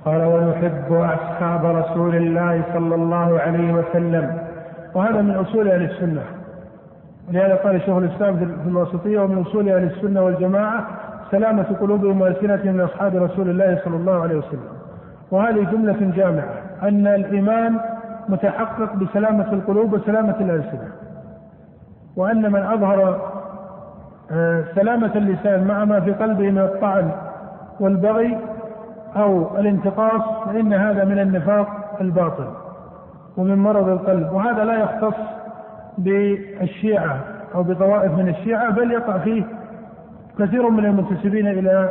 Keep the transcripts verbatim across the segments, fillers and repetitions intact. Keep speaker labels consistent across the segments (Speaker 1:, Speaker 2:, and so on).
Speaker 1: قال ونحب أصحاب رسول الله صلى الله عليه وسلم.
Speaker 2: وهذا من أصول أهل السنة، ولهذا قال شيخ الإسلام في الواسطية ومن أصول أهل السنة والجماعة سلامة قلوبهم وألسنتهم من أصحاب رسول الله صلى الله عليه وسلم. وهذه جملة جامعة أن الإيمان متحقق بسلامة القلوب وسلامة الألسنة، وأن من أظهر سلامة اللسان مع ما في قلبه من الطعن والبغي أو الانتقاص فإن هذا من النفاق الباطل ومن مرض القلب. وهذا لا يختص بالشيعة أو بطوائف من الشيعة، بل يقع فيه كثير من المنتسبين إلى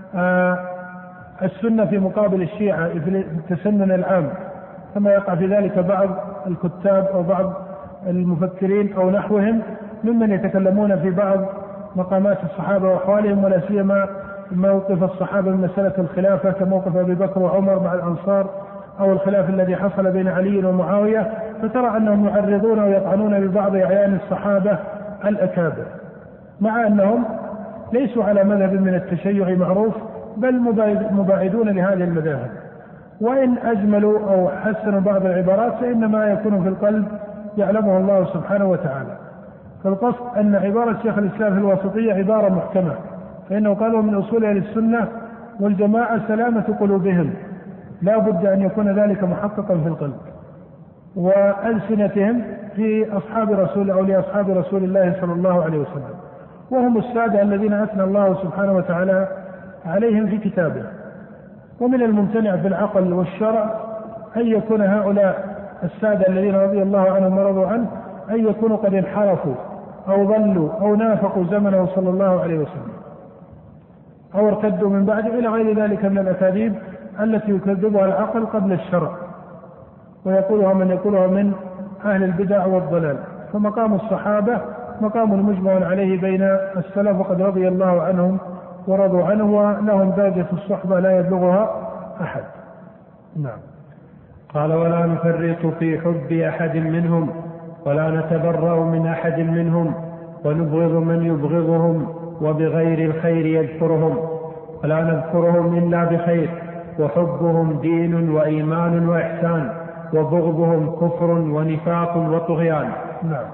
Speaker 2: السنة في مقابل الشيعة في التسنن العام، كما يقع في ذلك بعض الكتاب أو بعض المفكرين أو نحوهم ممن يتكلمون في بعض مقامات الصحابة وأحوالهم، ولا سيما موقف الصحابة من مسألة الخلافة كموقف أبي بكر وعمر مع الأنصار، أو الخلاف الذي حصل بين علي ومعاوية، فترى أنهم يعرضون ويطعنون ببعض أعيان الصحابة الأكابر، مع أنهم ليسوا على مذهب من التشيع معروف، بل مباعدون لهذه المذاهب. وإن أجملوا أو حسنوا بعض العبارات فإن ما يكون في القلب يعلمه الله سبحانه وتعالى. فالقصد أن عبارة شيخ الإسلام في الواسطية عبارة محكمة، فإنه قالوا من أصول أهل السنة والجماعة سلامة قلوبهم، لا بد أن يكون ذلك محققا في القلب، وألسنتهم في أصحاب رسول أو لأصحاب رسول الله صلى الله عليه وسلم، وهم السادة الذين أثنى الله سبحانه وتعالى عليهم في كتابه. ومن الممتنع في العقل والشرع أن يكون هؤلاء السادة الذين رضي الله عنهم ورضوا عنه أن يكونوا قد انحرفوا أو ضلوا أو نافقوا زمنه صلى الله عليه وسلم أو ارتدوا من بعد إلى غير ذلك من الأكاذيب التي يكذبها العقل قبل الشرع، ويقولها من يقولها من أهل البدع والضلال. فمقام الصحابة مقام مجمع عليه بين السلف وقد رضي الله عنهم ورضوا عنه، ولهم درجة الصحبة لا يبلغها أحد.
Speaker 1: نعم. قال ولا نفرط في حب أحد منهم ولا نتبرأ من أحد منهم ونبغض من يبغضهم وبغير الخير يذكرهم ولا نذكرهم إلا بخير، وحبهم دين وإيمان وإحسان وبغضهم كفر ونفاق وطغيان.
Speaker 2: نعم.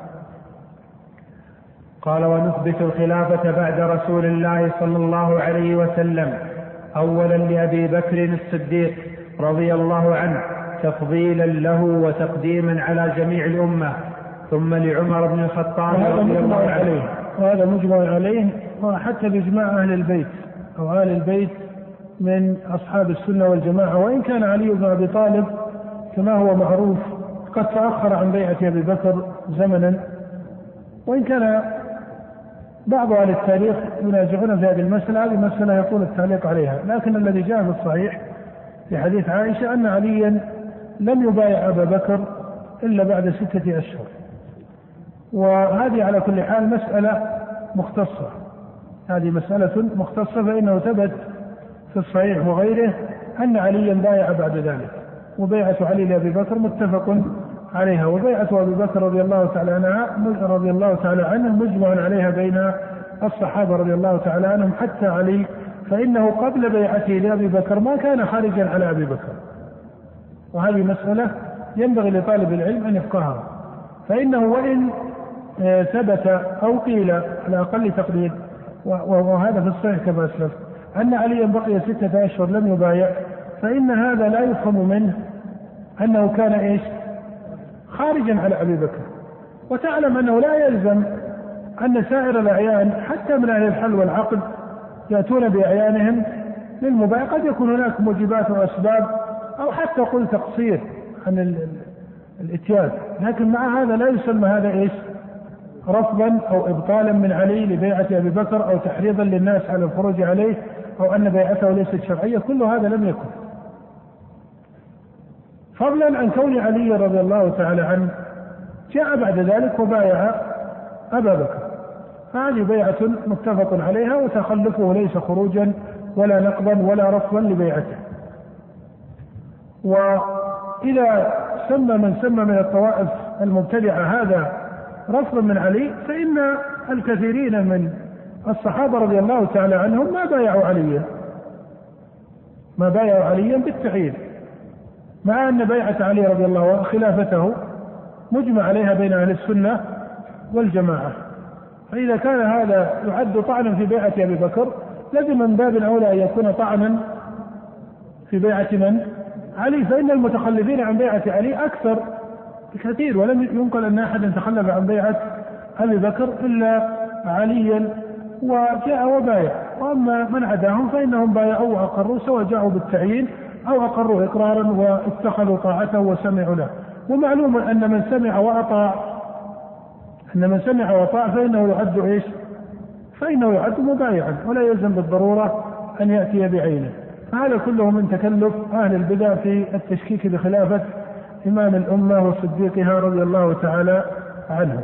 Speaker 1: قال ونثبت الخلافة بعد رسول الله صلى الله عليه وسلم أولا لأبي بكر الصديق رضي الله عنه تفضيلا له وتقديما على جميع الأمة، ثم لعمر بن الخطاب رضي الله عنه.
Speaker 2: وهذا مجمع عليه وحتى بإجماع أهل البيت أو أهل البيت من أصحاب السنة والجماعة. وإن كان علي بن أبي طالب كما هو معروف قد تأخر عن بيعة أبي بكر زمنا، وإن كان بعض أهل التاريخ ينازعون في هذه المسألة، هذه مسألة يطول التعليق عليها، لكن الذي جاء في الصحيح في حديث عائشة أن عليا لم يبايع أبا بكر إلا بعد ستة أشهر. وهذه على كل حال مسألة مختصة، هذه مسألة مختصة، فإنه ثبت في الصحيح وغيره أن عليا بايع بعد ذلك، وبيعة علي لأبي بكر متفق عليها، وبيعة أبي بكر رضي الله تعالى عنها رضي الله تعالى عنه مجمع عليها بين الصحابة رضي الله تعالى عنهم حتى علي، فإنه قبل بيعته لأبي بكر ما كان خارجا على أبي بكر. وهذه مسألة ينبغي لطالب العلم أن يفقهها، فإنه وإن ثبت أو قيل على أقل تقدير وهذا في الصحيح كما أسلف أن عليا بقي ستة أشهر لم يبايع، فإن هذا لا يفهم منه أنه كان إيش خارجا على أبي بكر. وتعلم أنه لا يلزم أن سائر الأعيان حتى من أهل الحل والعقد يأتون بأعيانهم للمبايع، قد يكون هناك موجبات وأسباب أو حتى قل تقصير عن الاتيان، لكن مع هذا لا يسمى هذا إيش رفضا أو إبطالا من علي لبيعة أبي بكر أو تحريضا للناس على الخروج عليه أو أن بيعته ليست شرعية، كل هذا لم يكن، فضلا عن كون علي رضي الله تعالى عنه جاء بعد ذلك وبايع أبا بكر، فهذه بيعة متفق عليها، وتخلفه ليس خروجا ولا نقضا ولا رفضا لبيعته. وإذا سمى من سمى من الطوائف المبتدعة هذا رفضا من علي، فإن الكثيرين من الصحابة رضي الله تعالى عنهم ما بايعوا عليا، ما بايعوا عليا بالتعيين، مع أن بيعة علي رضي الله عنه خلافته مجمع عليها بين أهل السنة والجماعة. فإذا كان هذا يعد طعنا في بيعة أبي بكر لازم من باب أولى أن يكون طعنا في بيعة من؟ علي، فإن المتخلفين عن بيعة علي أكثر بكثير، ولم ينقل أن أحد تخلف عن بيعة أبي بكر إلا عليا وجاء وبايع، وأما من عداهم فإنهم بايعوا وأقروا سواء جاءوا بالتعيين أو أقروا إقرارا واتخذوا طاعته وسمعوا له. ومعلوم أن من سمع وأطاع أن من سمع وأطاع فإنه يعد إيش؟ فإنه يعد مبايعا، ولا يلزم بالضرورة أن يأتي بعينه. فهذا كله من تكلف أهل البدع في التشكيك بخلافة إمام الأمة وصديقها رضي الله تعالى عنه.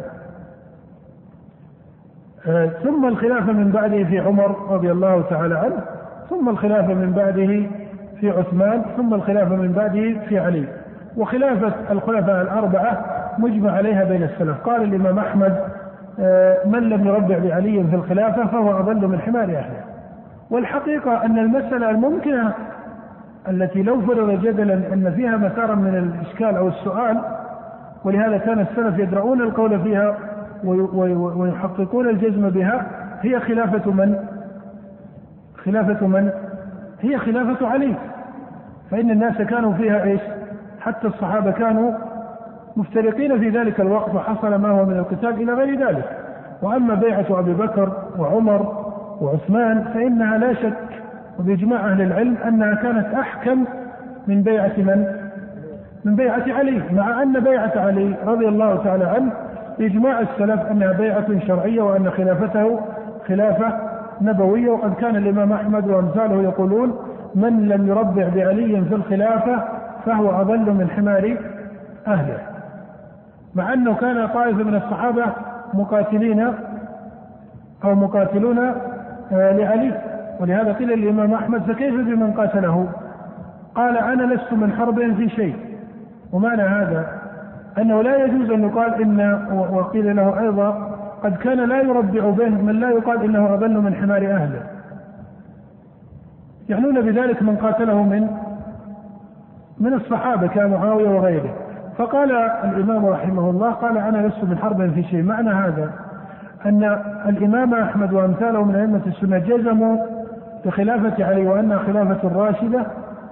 Speaker 2: آه ثم الخلافة من بعده في عمر رضي الله تعالى عنه، ثم الخلافة من بعده في عثمان، ثم الخلافة من بعده في علي. وخلافة الخلفاء الأربعة مجمع عليها بين السلف. قال الإمام أحمد آه من لم يربع بعلي في الخلافة فهو أضل من حمار أهله. والحقيقة أن المسألة الممكنة التي لو فرض جدلا أن فيها مسارا من الإشكال أو السؤال، ولهذا كان السلف يدرؤون القول فيها ويحققون الجزم بها، هي خلافة من؟ خلافة من؟ هي خلافة علي. فإن الناس كانوا فيها إيش؟ حتى الصحابة كانوا مفترقين في ذلك الوقت وحصل ما هو من القتال إلى غير ذلك. وأما بيعة أبي بكر وعمر وعثمان فإنها لا شك وبإجماع أهل العلم أنها كانت أحكم من بيعة من؟ من بيعة علي، مع أن بيعة علي رضي الله تعالى عنه بإجماع السلف أنها بيعة شرعية وأن خلافته خلافة نبوية. وقد كان الإمام أحمد وأمثاله يقولون من لم يربع بعلي في الخلافة فهو أضل من حمار أهله، مع أنه كان طائفة من الصحابة مقاتلين أو مقاتلون لعلي. ولهذا قيل الإمام أحمد فكيف بمن قاتله؟ قال أنا لست من حرب في شيء. ومعنى هذا أنه لا يجوز أن يقال إن، وقيل له أيضا قد كان لا يربع بين من لا يقال إنه أضل من حمار أهله، يعنون بذلك من قاتله من من الصحابة كمعاوية وغيره. فقال الإمام رحمه الله قال أنا لست من حرب في شيء. معنى هذا أن الإمام أحمد وأمثاله من أئمة السنة جزموا بخلافة علي وأنها خلافة راشدة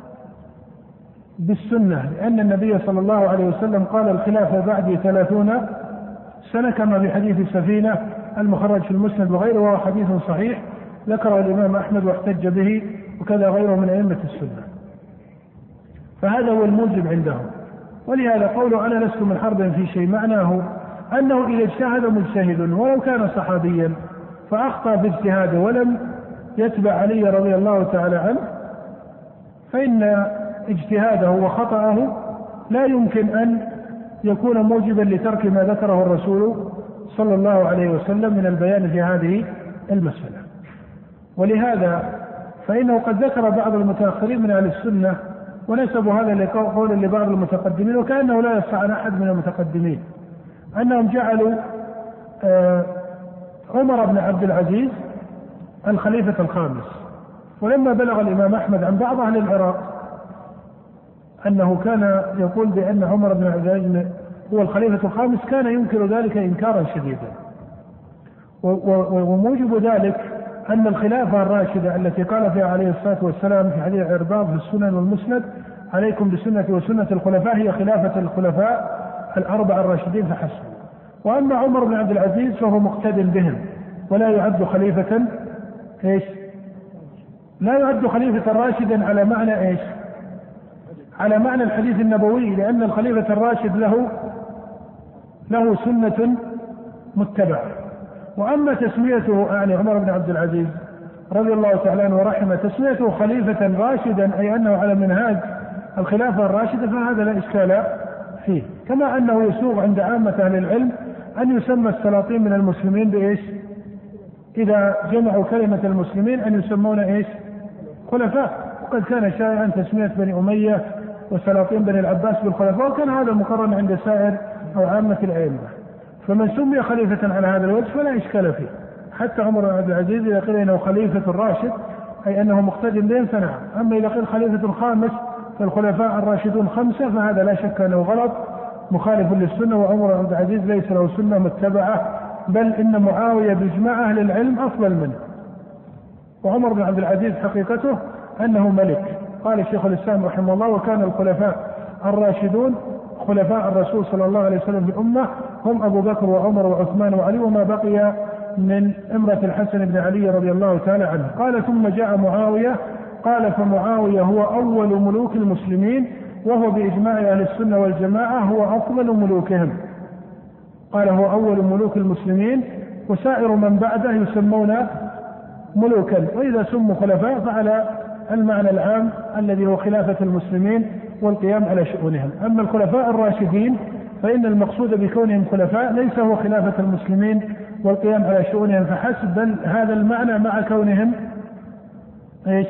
Speaker 2: بالسنة، لأن النبي صلى الله عليه وسلم قال الخلافة بعد ثلاثون سنة كما في حديث السفينة المخرج في المسند وغيره، وهو حديث صحيح ذكره الإمام أحمد واحتج به وكذا غيره من أئمة السنة. فهذا هو الموجب عندهم. ولهذا قوله أنا لست من حرب في شيء معناه أنه إذا اجتهد مجتهد ولو كان صحابيا فأخطأ في اجتهاده ولم يتبع علي رضي الله تعالى عنه فإن اجتهاده وخطأه لا يمكن أن يكون موجبا لترك ما ذكره الرسول صلى الله عليه وسلم من البيان في هذه المسألة. ولهذا فإنه قد ذكر بعض المتأخرين من أهل السنة ونسبوا هذا لقول لبعض المتقدمين، وكأنه لا يصح عن أحد من المتقدمين، أنهم جعلوا عمر بن عبد العزيز الخليفة الخامس. ولما بلغ الإمام أحمد عن بعض أهل العراق أنه كان يقول بأن عمر بن عبد العزيز هو الخليفة الخامس كان ينكر ذلك إنكارا شديدا. وموجب ذلك أن الخلافة الراشدة التي قال فيها عليه الصلاة والسلام في حديث العرباض في السنن والمسند عليكم بسنة وسنة الخلفاء هي خلافة الخلفاء الأربعة الراشدين فحسب. وأما عمر بن عبد العزيز فهو مقتد بهم ولا يعد خليفة إيش؟ لا يعد خليفة راشدا على معنى إيش؟ على معنى الحديث النبوي، لأن الخليفة الراشد له له سنة متبعة. وأما تسميته يعني عمر بن عبد العزيز رضي الله تعالى عنه ورحمه تسميته خليفة راشدا أي أنه على منهاج الخلافة الراشدة فهذا لا إشكال فيه. كما أنه يسوغ عند عامة أهل العلم أن يسمى السلاطين من المسلمين بإيش؟ إذا جمعوا كلمة المسلمين أن يسمون إيش؟ خلفاء. وقد كان شائعا تسمية بني أمية وسلاطين بني العباس بالخلفاء، وكان هذا مقرر عند سائر أو عامة الأئمة. فمن سمي خليفة على هذا الوجه فلا إشكال فيه. حتى عمر بن عبد العزيز إذا قيل إنه خليفة الراشد أي أنه مقتد بهم فنعم. أما إذا قيل خليفة خامس فالخلفاء الراشدون خمسة فهذا لا شك أنه غلط مخالف للسنة، وعمر بن عبد العزيز ليس له سنة متبعة، بل إن معاوية بإجماع أهل العلم أفضل منه. وعمر بن عبد العزيز حقيقته أنه ملك. قال الشيخ الإسلام رحمه الله: وكان الخلفاء الراشدون خلفاء الرسول صلى الله عليه وسلم في الأمة هم أبو بكر وعمر وعثمان وعلي وما بقي من امرة الحسن بن علي رضي الله تعالى عنه. قال: ثم جاء معاوية. قال: فمعاوية هو أول ملوك المسلمين، وهو بإجماع أهل السنة والجماعة هو أفضل ملوكهم. قال: هو أول ملوك المسلمين، وسائر من بعده يسمون ملوكا، وإذا سموا خلفاء فعلى المعنى العام الذي هو خلافة المسلمين والقيام على شؤونهم. أما الخلفاء الراشدين فإن المقصود بكونهم خلفاء ليس هو خلافة المسلمين والقيام على شؤونهم فحسب، بل هذا المعنى مع كونهم إيش؟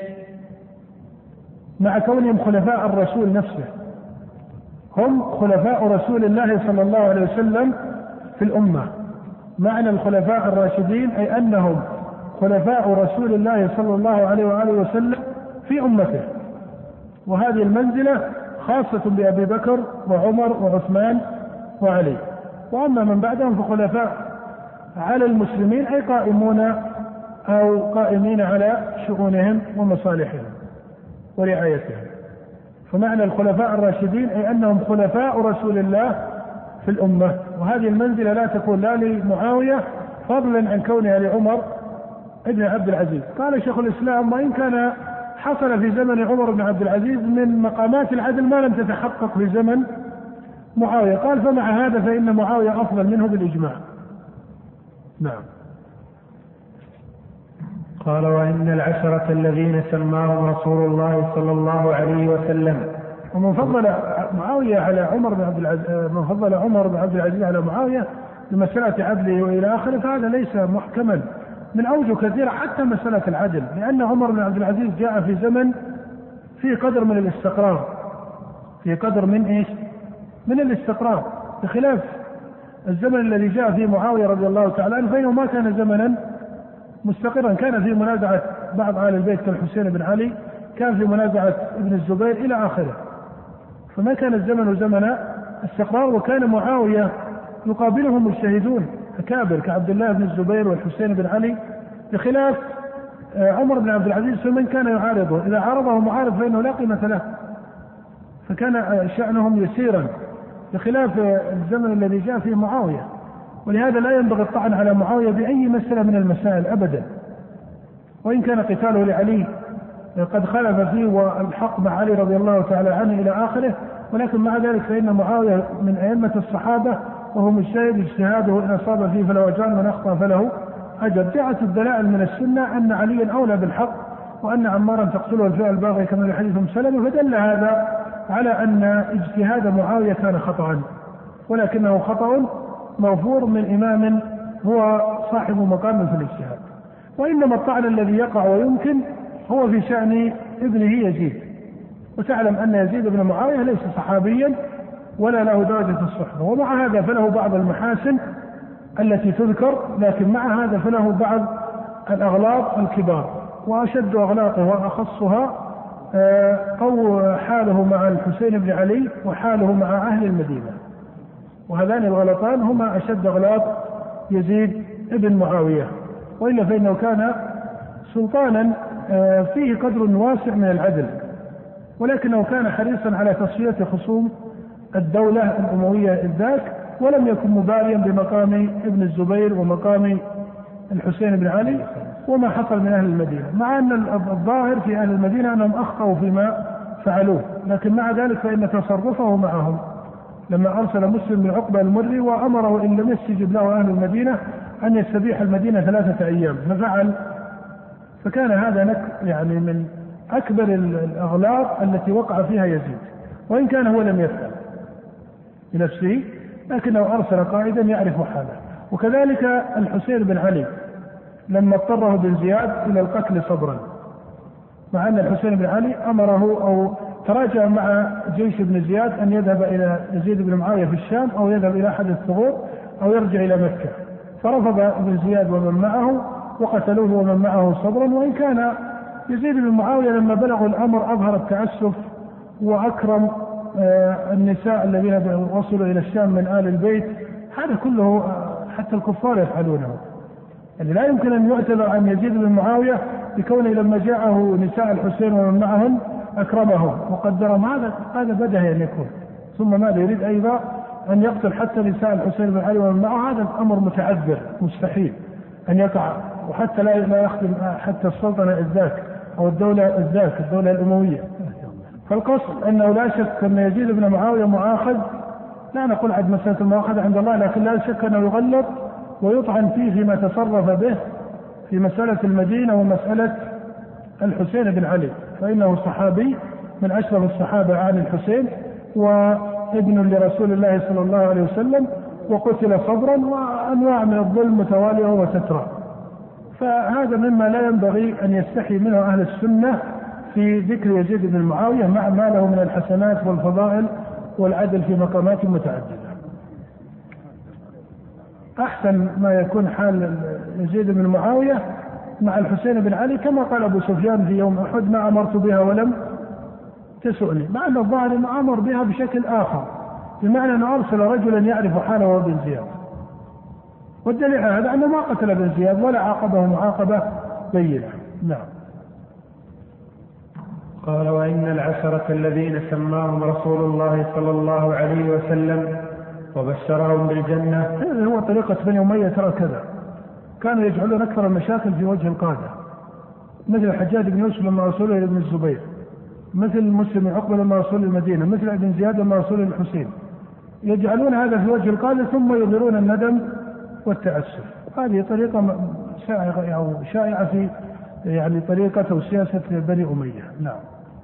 Speaker 2: مع كونهم خلفاء الرسول نفسه، هم خلفاء رسول الله صلى الله عليه وسلم في الأمة. معنى الخلفاء الراشدين أي أنهم خلفاء رسول الله صلى الله عليه وآله وسلم في أمته، وهذه المنزلة خاصة بأبي بكر وعمر وعثمان وعلي. وأما من بعدهم فخلفاء على المسلمين أي قائمون أو قائمين على شؤونهم ومصالحهم ورعايتهم. فمعنى الخلفاء الراشدين أي أنهم خلفاء رسول الله في الأمة، وهذه المنزلة لا تكون لا لمعاوية فضلا عن كونها لعمر ابن عبد العزيز. قال شيخ الإسلام: وإن كان حصل في زمن عمر بن عبد العزيز من مقامات العدل ما لم تتحقق في زمن معاوية. قال: فمع هذا فإن معاوية أفضل منه بالإجماع. نعم.
Speaker 1: قال: وإن العشرة الذين سماهم رسول الله صلى الله عليه وسلم.
Speaker 2: ومن فضل معاوية على عمر بن عبد العزيز، من فضل عمر بن عبد العزيز على معاوية بمسألة عدله وإلى آخره، فهذا ليس محكما من أوجه كثيرة، حتى مسألة العدل، لأن عمر بن عبد العزيز جاء في زمن في قدر من الاستقرار، في قدر من إيش؟ من الاستقرار، بخلاف الزمن الذي جاء فيه معاوية رضي الله تعالى عنه، فإنه ما كان زمنا مستقرا، كان في منازعة بعض آل البيت كالحسين بن علي، كان في منازعة ابن الزبير إلى آخره، فما كان الزمن زمن استقرار. وكان معاوية يقابله مجتهدون أكابر كعبد الله بن الزبير والحسين بن علي، بخلاف عمر بن عبد العزيز فمن كان يعارضه، إذا عارضه معارض فإنه لا قيمة له، فكان شأنهم يسيرا بخلاف الزمن الذي جاء فيه معاوية. ولهذا لا ينبغي الطعن على معاوية بأي مسألة من المسائل أبدا، وإن كان قتاله لعلي قد خلف فيه والحق مع علي رضي الله تعالى عنه إلى آخره، ولكن مع ذلك فإن معاوية من أئمة الصحابة وهو مجتهد، اجتهاده إن أصاب فيه فله أجران وإن أخطأ فله أجر. جاءت الدلائل من السنة أن عليا أولى بالحق، وأن عمارا تقتله الفئة الباغية كما في حديث أم سلمة، فدل هذا على أن اجتهاد معاوية كان خطأ، ولكنه خطأ مغفور من إمام هو صاحب مقام في الاجتهاد. وإنما الطعن الذي يقع ويمكن هو في شأن ابنه يزيد، وتعلم أن يزيد بن معاوية ليس صحابيا ولا له درجة الصحبة، ومع هذا فله بعض المحاسن التي تذكر، لكن مع هذا فله بعض الأغلاط الكبار، وأشد أغلاطه وأخصها أو حاله مع الحسين بن علي وحاله مع أهل المدينة، وهذان الغلطان هما أشد أغلاط يزيد ابن معاوية. وإلا فإنه كان سلطانا فيه قدر واسع من العدل، ولكنه كان حريصا على تصفية خصوم الدولة الأموية الذاك، ولم يكن مباليا بمقام ابن الزبير ومقام الحسين بن علي وما حصل من أهل المدينة، مع أن الظاهر في أهل المدينة أنهم أخطأوا فيما فعلوه، لكن مع ذلك فإن تصرفه معهم لما أرسل مسلم بن عقبة المري وأمره إن لم يستجب له أهل المدينة أن يستبيح المدينة ثلاثة أيام ففعل، فكان هذا نك يعني من أكبر الأغلاط التي وقع فيها يزيد، وإن كان هو لم يفعل بنفسه لكنه أرسل قائدا يعرف حاله. وكذلك الحسين بن علي لما اضطره بن زياد إلى القتل صبرا، مع أن الحسين بن علي أمره أو تراجع مع جيش بن زياد أن يذهب إلى يزيد بن معاوية في الشام أو يذهب إلى أحد الثغور أو يرجع إلى مكة، فرفض ابن زياد ومن معه وقتلوه ومن معه صبرا، وإن كان يزيد بن معاوية لما بلغوا الأمر أظهر التعسف وأكرم النساء الذين وصلوا إلى الشام من آل البيت. هذا كله حتى الكفار يفعلونه. يعني لا يمكن أن يعتذر عن يزيد بن معاوية بكونه لما جاءه نساء الحسين ومن معهم أكرمهم وقدرهم. هذا هذا بدهي أن يكون. ثم ماذا يريد أيضا أن يقتل حتى نساء الحسين بن علي ومن معه؟ هذا الأمر متعذر مستحيل أن يقع، وحتى لا لا يخدم حتى السلطنة الذاك أو الدولة الذاك الدولة الأموية. فالقصد أنه لا شك أن يزيد بن معاوية مؤاخذ، لا نقول عد مسألة المؤاخذة عند الله، لكن لا شك أنه يغلط ويطعن فيه فيما تصرف به في مسألة المدينة ومسألة الحسين بن علي، فإنه صحابي من أشرف الصحابة عن الحسين وابن لرسول الله صلى الله عليه وسلم، وقتل صبرا وأنواع من الظلم متوالية وتترى. فهذا مما لا ينبغي أن يستحي منه أهل السنة في ذكر يزيد بن معاوية مع ما له من الحسنات والفضائل والعدل في مقامات متعددة. أحسن ما يكون حال يزيد بن معاوية مع الحسين بن علي كما قال أبو سفيان في يوم أحد: ما أمرت بها ولم تسؤني، مع أن الظاهر ما أمر بها بشكل آخر، بمعنى أنه أرسل رجلا يعرف حاله بن زياد، والدليل على هذا أنه ما قتل بن زياد ولا عاقبه معاقبة بينة. نعم.
Speaker 1: قال: وإن العشرة الذين سماهم رسول الله صلى الله عليه وسلم وبشرهم بالجنة.
Speaker 2: هذا هو طريقة بني أمية، ترى كذا كانوا يجعلون أكثر المشاكل في وجه القادة، مثل الحجاج بن يوسف لما رسوله إلى ابن الزبير، مثل مسلم عقبة لما رسول المدينة، مثل ابن زياد لما رسول الحسين، يجعلون هذا في وجه القادة ثم يظهرون الندم والتأسف. هذه طريقة شائعة أو شائعة في يعني طريقة أو سياسة بني أمية. نعم.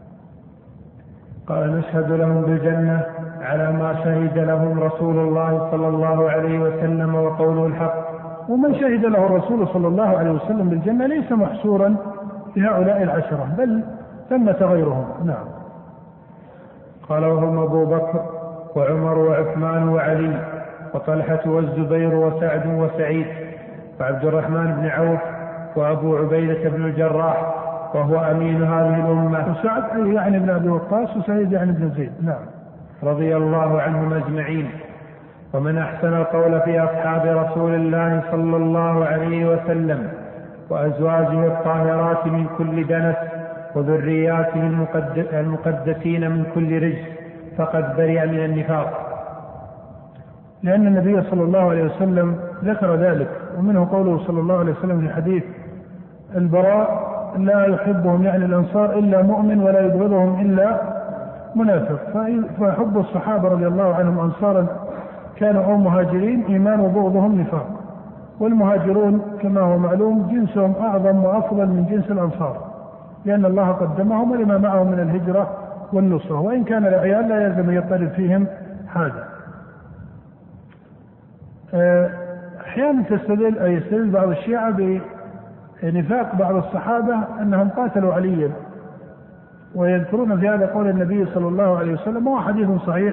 Speaker 1: قال: نشهد لهم بالجنة على ما شهد لهم رسول الله صلى الله عليه وسلم وقوله الحق.
Speaker 2: ومن شهد له الرسول صلى الله عليه وسلم بالجنة ليس محصورا بهؤلاء العشرة، بل ثمة غيرهم. نعم.
Speaker 1: قال: وهم أبو بكر وعمر وعثمان وعلي وطلحة والزبير وسعد وسعيد وعبد الرحمن بن عوف وأبو عبيدة بن الجراح وهو أمين هذه الأمة.
Speaker 2: وسعد يعني ابن أبي وقاص، وسعيد يعني ابن زيد. نعم.
Speaker 1: رضي الله عنهم أجمعين. ومن أحسن القول في أصحاب رسول الله صلى الله عليه وسلم وأزواجه الطاهرات من كل دنس وذرياته المقدسين من كل رجس فقد برئ من النفاق.
Speaker 2: لأن النبي صلى الله عليه وسلم ذكر ذلك، ومنه قوله صلى الله عليه وسلم في حديث البراء: لا يحبهم يعني الأنصار إلا مؤمن ولا يبغضهم إلا منافق. فحب الصحابة رضي الله عنهم أنصارا كانوا أو مهاجرين إيمان وبغضهم نفاق، والمهاجرون كما هو معلوم جنسهم أعظم وأفضل من جنس الأنصار، لأن الله قدمهم لما معهم من الهجرة والنصرة، وإن كان العيال لا يلزم يضطرب فيهم هذا. أحيانا تستدل أي يستدل بعض الشيعة بنفاق بعض الصحابة أنهم قاتلوا عليا، ويذكرون في هذا قول النبي صلى الله عليه وسلم، وهو حديث صحيح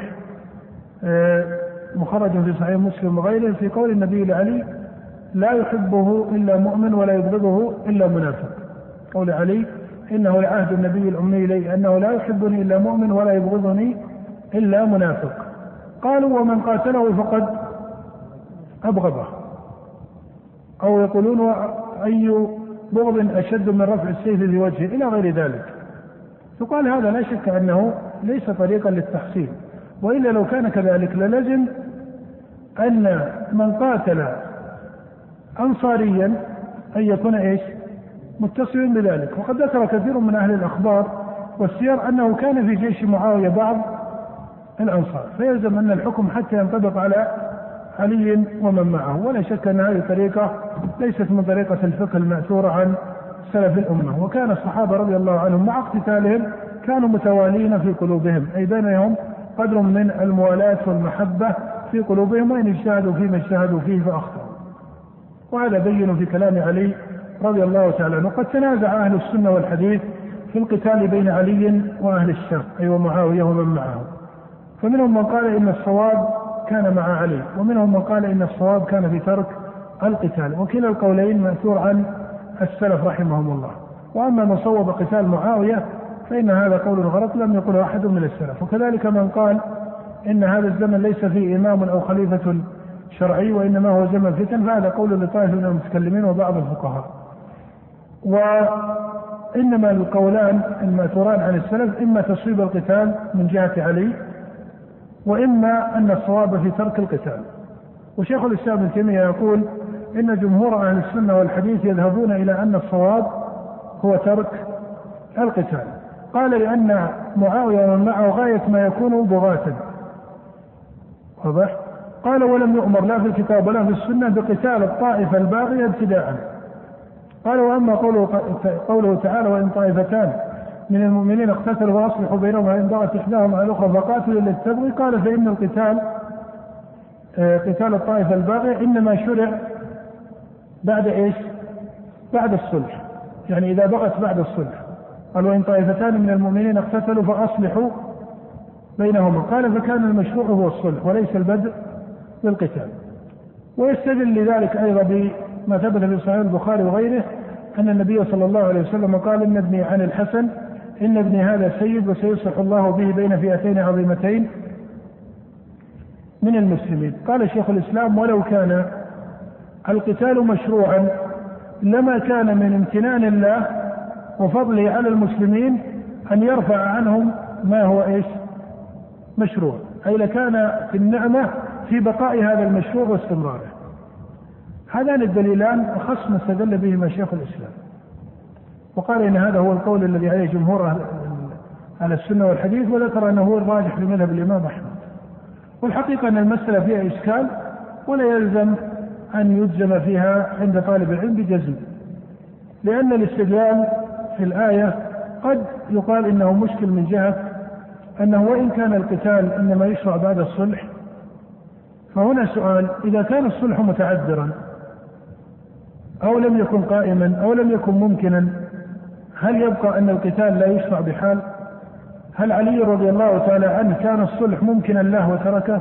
Speaker 2: مخرج في صحيح مسلم وغيره، في قول النبي لعلي: لا يحبه إلا مؤمن ولا يبغضه إلا منافق. قول علي: إنه لعهد النبي الأمي إلي أنه لا يحبني إلا مؤمن ولا يبغضني إلا منافق. قالوا: ومن قاتله فقد أبغضه، أو يقولون: أي بغض أشد من رفع السيف في وجهه، إلى غير ذلك. فقال هذا لا شك أنه ليس طريقا للتحصيل، وإلا لو كان كذلك للزم أن من قاتل أنصاريا أن يكون إيش متصلا بذلك. وقد ذكر كثير من أهل الأخبار والسير أنه كان في جيش معاوية بعض الأنصار، فيلزم أن الحكم حتى ينطبق على علي ومن معه. ولا شك أن هذه الطريقة ليست من طريقة الفقه المأثورة عن سلف الأمة. وكان الصحابة رضي الله عنهم مع اقتتالهم كانوا متوالين في قلوبهم، أي بينهم قدر من الموالاة والمحبة في قلوبهم، وإن اجتهدوا فيما اجتهدوا فيه فأخطأوا. وهذا بين في كلام علي رضي الله تعالى عنه. وقد تنازع أهل السنة والحديث في القتال بين علي وأهل الشر أي ومعاوية ومن معه، فمنهم من قال إن الصواب كان مع علي، ومنهم من قال إن الصواب كان في ترك القتال، وكلا القولين مأثور عن السلف رحمهم الله. وأما من صوب قتال معاوية فإن هذا قول غلط لم يقله أحد من السلف. وكذلك من قال إن هذا الزمن ليس فيه إمام أو خليفة شرعي وإنما هو زمن فتن، فهذا قول لطائفة من المتكلمين وبعض الفقهاء. وإنما القولان المأثوران عن السلف إما تصويب القتال من جهة علي، وإما أن الصواب في ترك القتال. وشيخ الإسلام ابن تيمية يقول إن جمهور أهل السنة والحديث يذهبون إلى أن الصواب هو ترك القتال. قال لأن معاوية ومن معه غاية ما يكون بغاة. واضح؟ قال ولم يؤمر لا في الكتاب ولا في السنة بقتال الطائفة الباغية ابتداء. قال وأما قوله, قوله تعالى وإن طائفتان من المؤمنين اقتتلوا وأصلحوا بينهم وإن بغت إحداهما على الأخرى فقاتلوا التي تبغي، قال فإن القتال قتال الطائفة الباغية إنما شرع بعد إيش؟ بعد الصلح، يعني إذا بغت بعد الصلح. قال وإن طائفتان من المؤمنين اقتتلوا فأصلحوا بينهما، قال فكان المشروع هو الصلح وليس البدء بالقتال. ويستدل لذلك أيضا بما ثبت في صحيح البخاري وغيره أن النبي صلى الله عليه وسلم قال إن ابني عن الحسن إن ابني هذا سيد وسيصلح الله به بين فئتين عظيمتين من المسلمين. قال شيخ الإسلام ولو كان القتال مشروعا لما كان من امتنان الله وفضله على المسلمين أن يرفع عنهم ما هو إيش؟ مشروع، أي لكان في النعمة في بقاء هذا المشروع واستمراره. هذان الدليلان أخص ما استدل بهما شيخ الإسلام، وقال إن هذا هو القول الذي عليه جمهور على السنة والحديث، وذكر أنه هو الراجح لمذهب الإمام أحمد. والحقيقة أن المسألة فيها إشكال ولا يلزم أن يجزم فيها عند طالب العلم بجزم، لأن الاستدلال في الآية قد يقال إنه مشكل من جهة أنه وإن كان القتال إنما يشرع بعد الصلح، فهنا سؤال: إذا كان الصلح متعذرا أو لم يكن قائما أو لم يكن ممكنا، هل يبقى أن القتال لا يشرع بحال؟ هل علي رضي الله تعالى عنه كان الصلح ممكنا له وتركه؟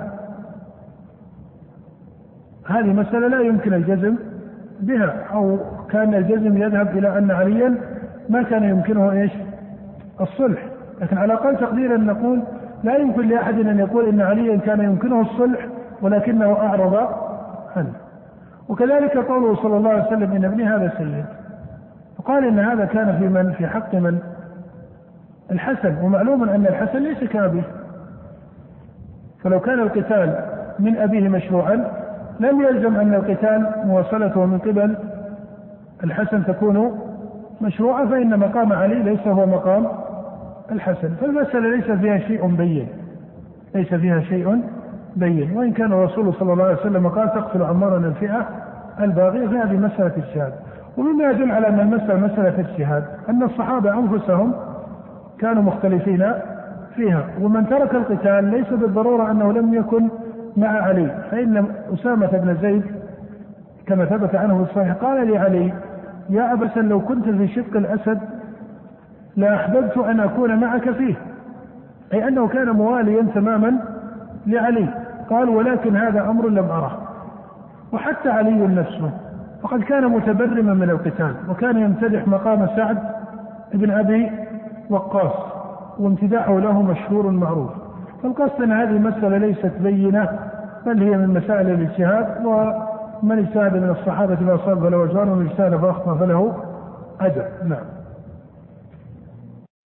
Speaker 2: هذه مسألة لا يمكن الجزم بها، أو كان الجزم يذهب إلى أن عليا ما كان يمكنه إيش؟ الصلح. لكن على أقل تقدير أن نقول لا يمكن لأحد أن يقول إن عليا كان يمكنه الصلح ولكنه أعرض عنه. وكذلك قوله صلى الله عليه وسلم إن ابني هذا سيد، وقال إن هذا كان في من في حق من الحسن، ومعلوم أن الحسن ليس كأبيه، فلو كان القتال من أبيه مشروعا لم يلزم أن القتال مواصلته من قبل الحسن تكون مشروعة، فإن مقام علي ليس هو مقام الحسن. فالمسألة ليس فيها شيء بين، ليس فيها شيء بين. وإن كان الرسول صلى الله عليه وسلم قال تقتل عمارا الفئة الباغية، فهذه مسألة اجتهاد. ومما يدل على أن المسألة مسألة اجتهاد أن الصحابة أنفسهم كانوا مختلفين فيها، ومن ترك القتال ليس بالضرورة أنه لم يكن مع علي. فإن أسامة بن زيد كما ثبت عنه في الصحيح قال لعلي: يا أبا لو كنت في شق الأسد لأحببت أن أكون معك فيه، أي أنه كان مواليا تماما لعلي. قال: ولكن هذا أمر لم أره. وحتى علي نفسه وقد كان متبرما من القتال، وكان يمتدح مقام سعد بن أبي وقاص، وامتداحه له مشهور معروف. فالقصد أن هذه مسألة ليست بينة، بل هي من مسائل الاجتهاد، ومن اجتهد من الصحابة ما صاب فله أجر، ومن اجتهد فأخطأ فله أجر. نعم.